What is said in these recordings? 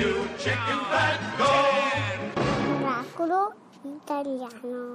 you chicken fat, go! Miracolo italiano.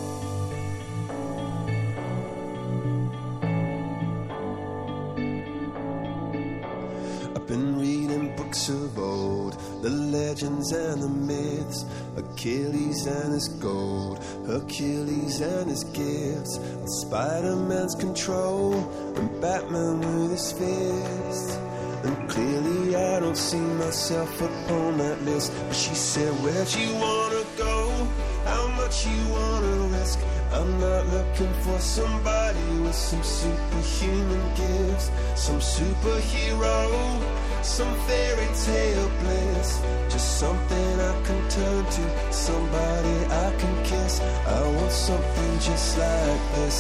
I've been reading books of old, the legends and the myths, Achilles and his gold, Hercules and his gifts, and Spider-Man's control, and Batman with his fists. And clearly I don't see myself upon that list. But she said, where'd you wanna go? How much you wanna risk? I'm not looking for somebody with some superhuman gifts, some superhero, some fairy tale bliss. Just something I can turn to, somebody I can kiss. I want something just like this.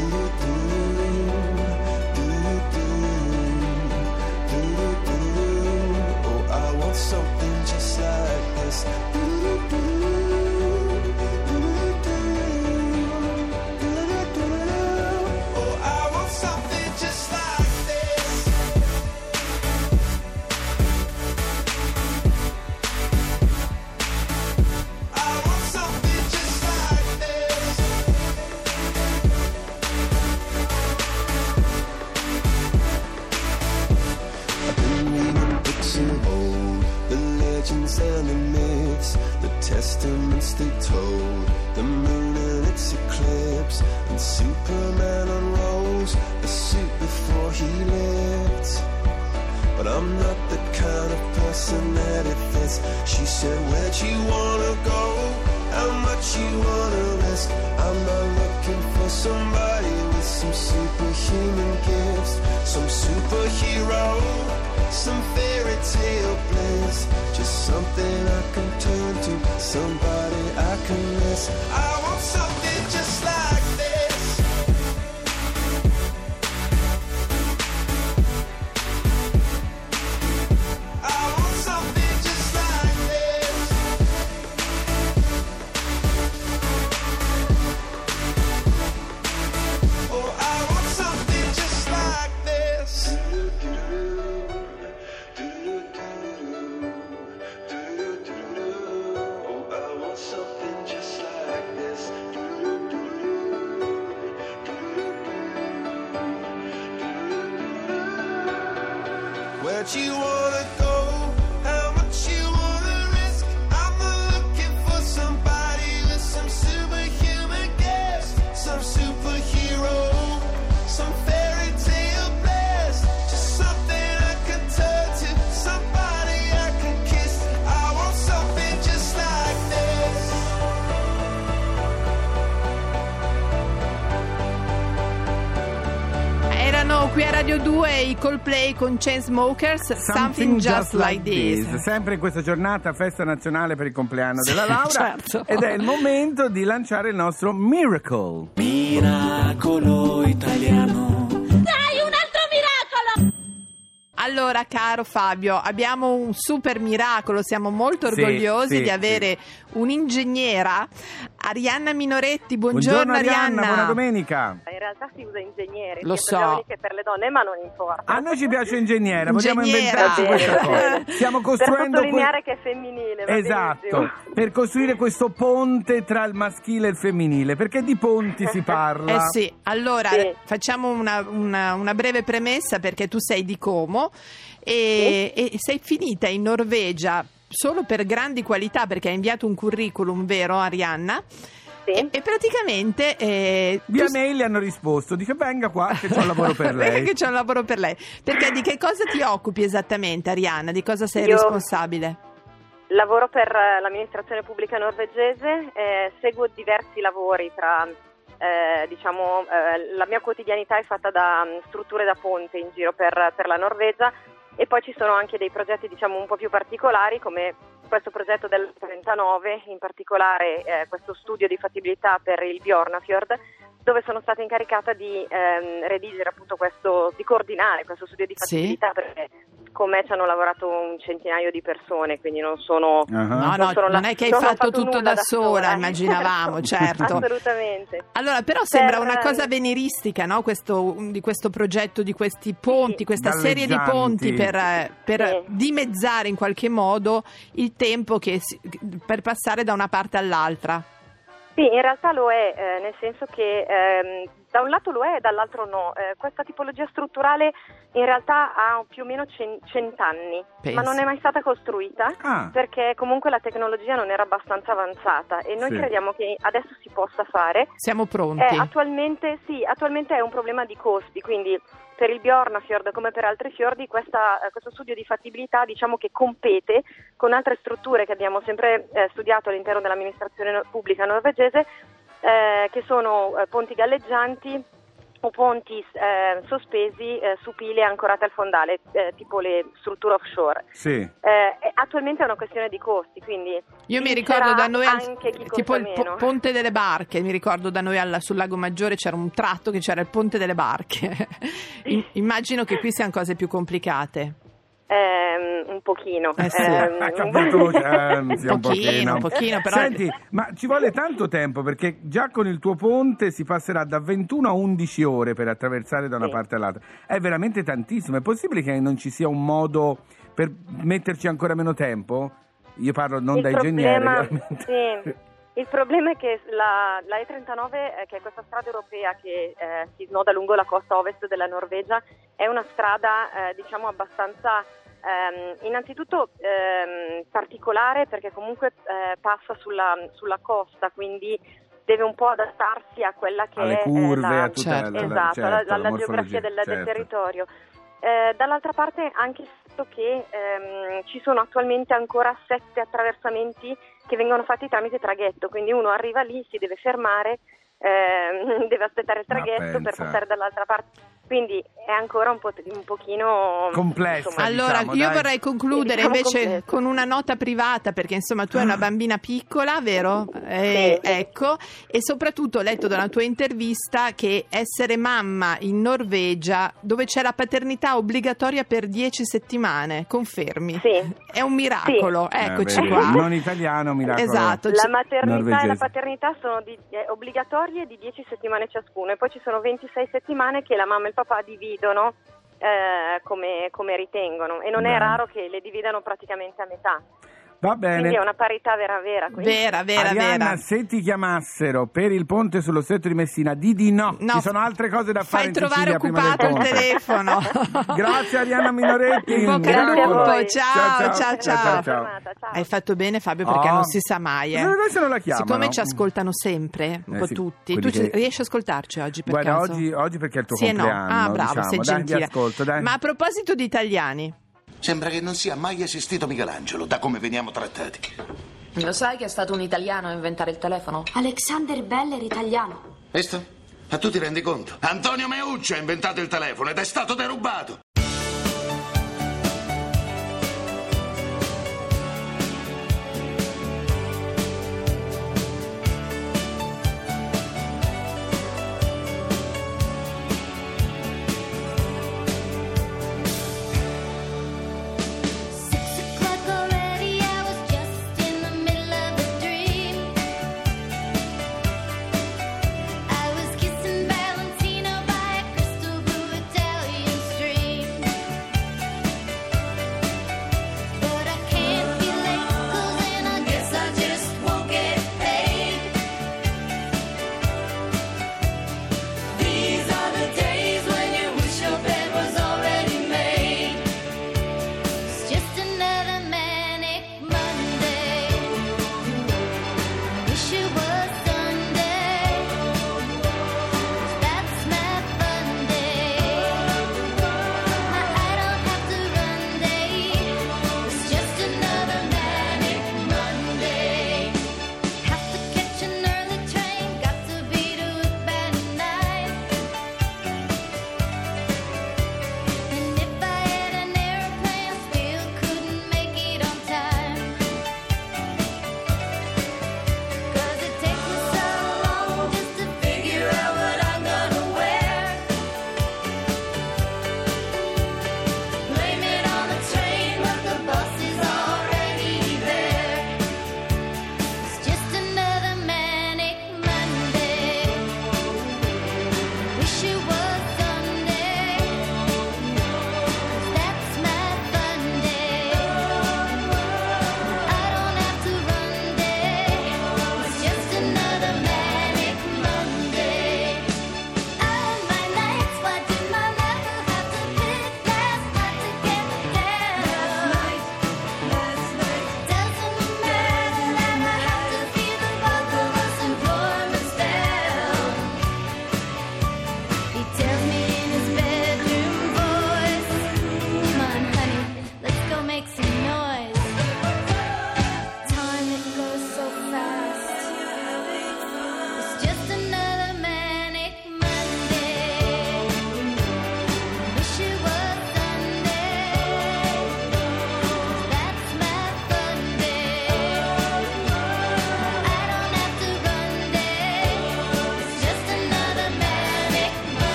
Oh, I want something just like this. And the myths, the testaments they told, the moon and its eclipse, and Superman unrolls the suit before he lived. But I'm not the kind of person that it fits. She said, where'd you wanna go? How much you wanna risk? I'm not looking for somebody with some superhuman gifts, some superhero, some fairy tale bliss. Just something I can turn to, somebody I can miss. I want something just like this. I want something just like this. Oh, I want something just like this. Where'd you wanna go? How much you wanna risk? I'm not looking for somebody with some superhuman gifts, some superhero, some fairy tale bliss. Just something I can turn to, somebody I can kiss. I want something just like this. Erano qui a Radio 2 i Coldplay con Chainsmokers, Something Just Like This. Sempre in questa giornata, festa nazionale per il compleanno della Laura, certo. Ed è il momento di lanciare il nostro Miracle. Miracolo italiano. Dai, un altro miracolo! Allora, caro Fabio, abbiamo un super miracolo, siamo molto orgogliosi di avere un'ingegnera, Arianna Minoretti. Buongiorno Arianna. Buona domenica. In realtà si usa ingegnere, Lo sia per so. gli uomini che per le donne, ma non importa. A noi ci piace ingegnera, vogliamo Ingegnera. inventarci questa cosa. Stiamo costruendo per sottolineare che è femminile. va Esatto, benissimo. per costruire questo ponte tra il maschile e il femminile, perché di ponti si parla. Sì, allora Sì. facciamo una breve premessa, perché tu sei di Como e sei finita in Norvegia solo per grandi qualità, perché hai inviato un curriculum, vero Arianna? Sì. E praticamente Via mail le hanno risposto, dice venga qua che c'ho un lavoro per lei. Venga che c'è un lavoro per lei. Perché di che cosa ti occupi esattamente, Arianna? Di cosa sei Io responsabile? Lavoro per l'amministrazione pubblica norvegese, seguo diversi lavori tra... la mia quotidianità è fatta da strutture da ponte in giro per la Norvegia, e poi ci sono anche dei progetti un po' più particolari, come questo progetto del 39, in particolare questo studio di fattibilità per il Bjornafjord, dove sono stata incaricata di redigere appunto di coordinare questo studio di fattibilità, perché con me ci hanno lavorato un centinaio di persone, quindi non sono... Non è che hai fatto tutto da sola, immaginavamo, certo. Assolutamente. Allora, però sembra una cosa avveniristica, no? Di questo progetto, di questi ponti, questa serie di ponti per dimezzare in qualche modo il tempo per passare da una parte all'altra. Sì, in realtà lo è, nel senso che da un lato lo è e dall'altro no. Questa tipologia strutturale in realtà ha più o meno 100 anni, ma non è mai stata costruita perché comunque la tecnologia non era abbastanza avanzata e noi crediamo che adesso si possa fare. Siamo pronti. Attualmente è un problema di costi, quindi per il Bjørnafjord come per altri fiordi questo studio di fattibilità diciamo che compete con altre strutture che abbiamo sempre studiato all'interno dell'amministrazione pubblica norvegese, che sono ponti galleggianti o ponti sospesi su pile ancorate al fondale, tipo le strutture offshore. Sì. Attualmente è una questione di costi, quindi io mi ricordo da noi anche chi tipo il ponte delle barche, mi ricordo da noi sul Lago Maggiore c'era un tratto che c'era il ponte delle barche. Immagino che qui siano cose più complicate. Un pochino. Un pochino, però. Senti, ma ci vuole tanto tempo perché già con il tuo ponte si passerà da 21 a 11 ore per attraversare da una parte all'altra. È veramente tantissimo. È possibile che non ci sia un modo per metterci ancora meno tempo? Io parlo non da ingegnere. Sì. Il problema è che la E39, che è questa strada europea che si snoda lungo la costa ovest della Norvegia, è una strada diciamo abbastanza innanzitutto particolare perché comunque passa sulla costa, quindi deve un po' adattarsi a quella che alle è curve, a tutta la geografia del territorio. Dall'altra parte anche il fatto che ci sono attualmente ancora 7 attraversamenti che vengono fatti tramite traghetto, quindi uno arriva lì, si deve fermare, deve aspettare il traghetto per passare dall'altra parte. Quindi è ancora un pochino complessa. Allora, diciamo, io vorrei concludere invece con una nota privata, perché insomma tu hai una bambina piccola, vero? Sì. Ecco, e soprattutto ho letto da una tua intervista che essere mamma in Norvegia, dove c'è la paternità obbligatoria per 10 settimane, confermi? Sì. È un miracolo, sì. Eccoci qua. Non italiano, miracolo. Esatto. La maternità norvegese. e la paternità sono obbligatorie di 10 settimane ciascuno e poi ci sono 26 settimane che la mamma e il papà dividono come ritengono e non è raro che le dividano praticamente a metà. Va bene. Quindi è una parità vera. Vera. Arianna, se ti chiamassero per il ponte sullo stretto di Messina, di no. Ci sono altre cose da fare in Sicilia. Fai trovare occupato il telefono. Grazie Arianna Minoretti. In bocca al lupo. Ciao. Ciao. Hai fatto bene Fabio, perché non si sa mai. Adesso non la chiamano. Siccome ci ascoltano sempre, un po' tutti. Tu riesci a ascoltarci oggi per caso? Oggi perché è il tuo compleanno. Bravo, diciamo. sei gentile. Ascolto, dai. Ma a proposito di italiani, Sembra che non sia mai esistito Michelangelo, da come veniamo trattati. Lo sai che è stato un italiano a inventare il telefono? Alexander Bell era italiano. Visto? Ma tu ti rendi conto? Antonio Meucci ha inventato il telefono ed è stato derubato.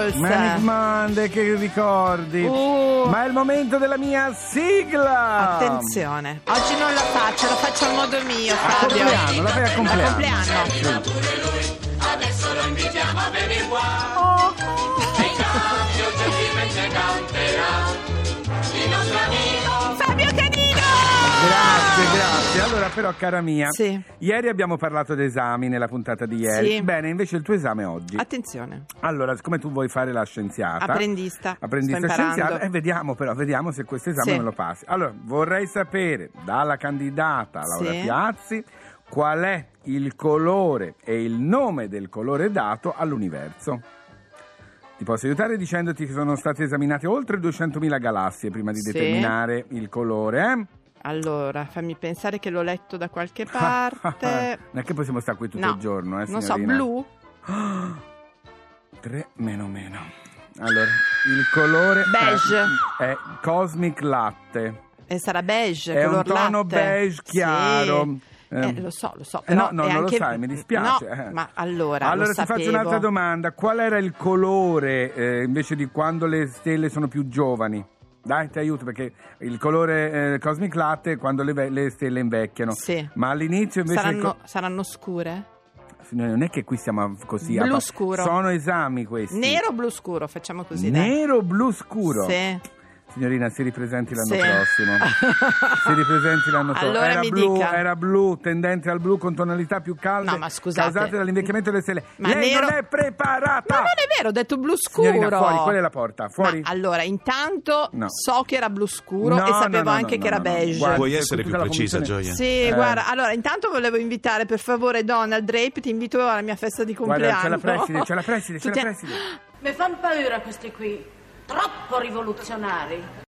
Beatles. Manic Monday, che ricordi. Ma è il momento della mia sigla. Attenzione, oggi non la faccio, la faccio a modo mio, Fabio. Compleanno, la fai a compleanno. A compleanno. Sì. Adesso lo invitiamo a venire qua. E in cambio gentilmente canterà il nostro amico Fabio Canino. Grazie. Allora, però, cara mia, sì. Ieri abbiamo parlato d'esami nella puntata di ieri. Sì. Bene, invece il tuo esame è oggi. Attenzione. Allora, siccome tu vuoi fare la scienziata, apprendista scienziata, vediamo se questo esame me lo passi. Allora, vorrei sapere dalla candidata Laura Piazzi qual è il colore e il nome del colore dato all'universo. Ti posso aiutare dicendoti che sono state esaminate oltre 200.000 galassie prima di determinare il colore, Allora, fammi pensare che l'ho letto da qualche parte. Non è che possiamo stare qui tutto il giorno, non signorina? so, blu? 3 meno. Allora, il colore beige è Cosmic Latte. E sarà beige, è color un tono latte. Beige chiaro. Sì. Lo so. Però no, non anche... lo sai, mi dispiace. No, ma allora ti faccio un'altra domanda. Qual era il colore invece di quando le stelle sono più giovani? Dai, ti aiuto, perché il colore Cosmic Latte è quando le stelle invecchiano. Sì. Ma all'inizio invece... Saranno scure? Non è che qui siamo così. Blu scuro. Sono esami questi. Nero blu scuro, facciamo così. Nero blu scuro? Sì. Signorina, si ripresenti l'anno prossimo. Si ripresenti l'anno prossimo. Allora Era blu, tendente al blu con tonalità più calde. No, ma scusate. Causate dall'invecchiamento delle stelle. Ma lei non è preparata. Ma non è vero, ho detto blu scuro. Signorina, fuori, qual è la porta? Fuori. Ma allora, intanto so che era blu scuro e sapevo anche che era beige. Guarda, puoi essere più precisa, Gioia? Sì, guarda, allora, intanto volevo invitare per favore Donald Drape, ti invito alla mia festa di compleanno. Guarda, c'è la preside. Mi fanno paura questi qui, troppo rivoluzionari.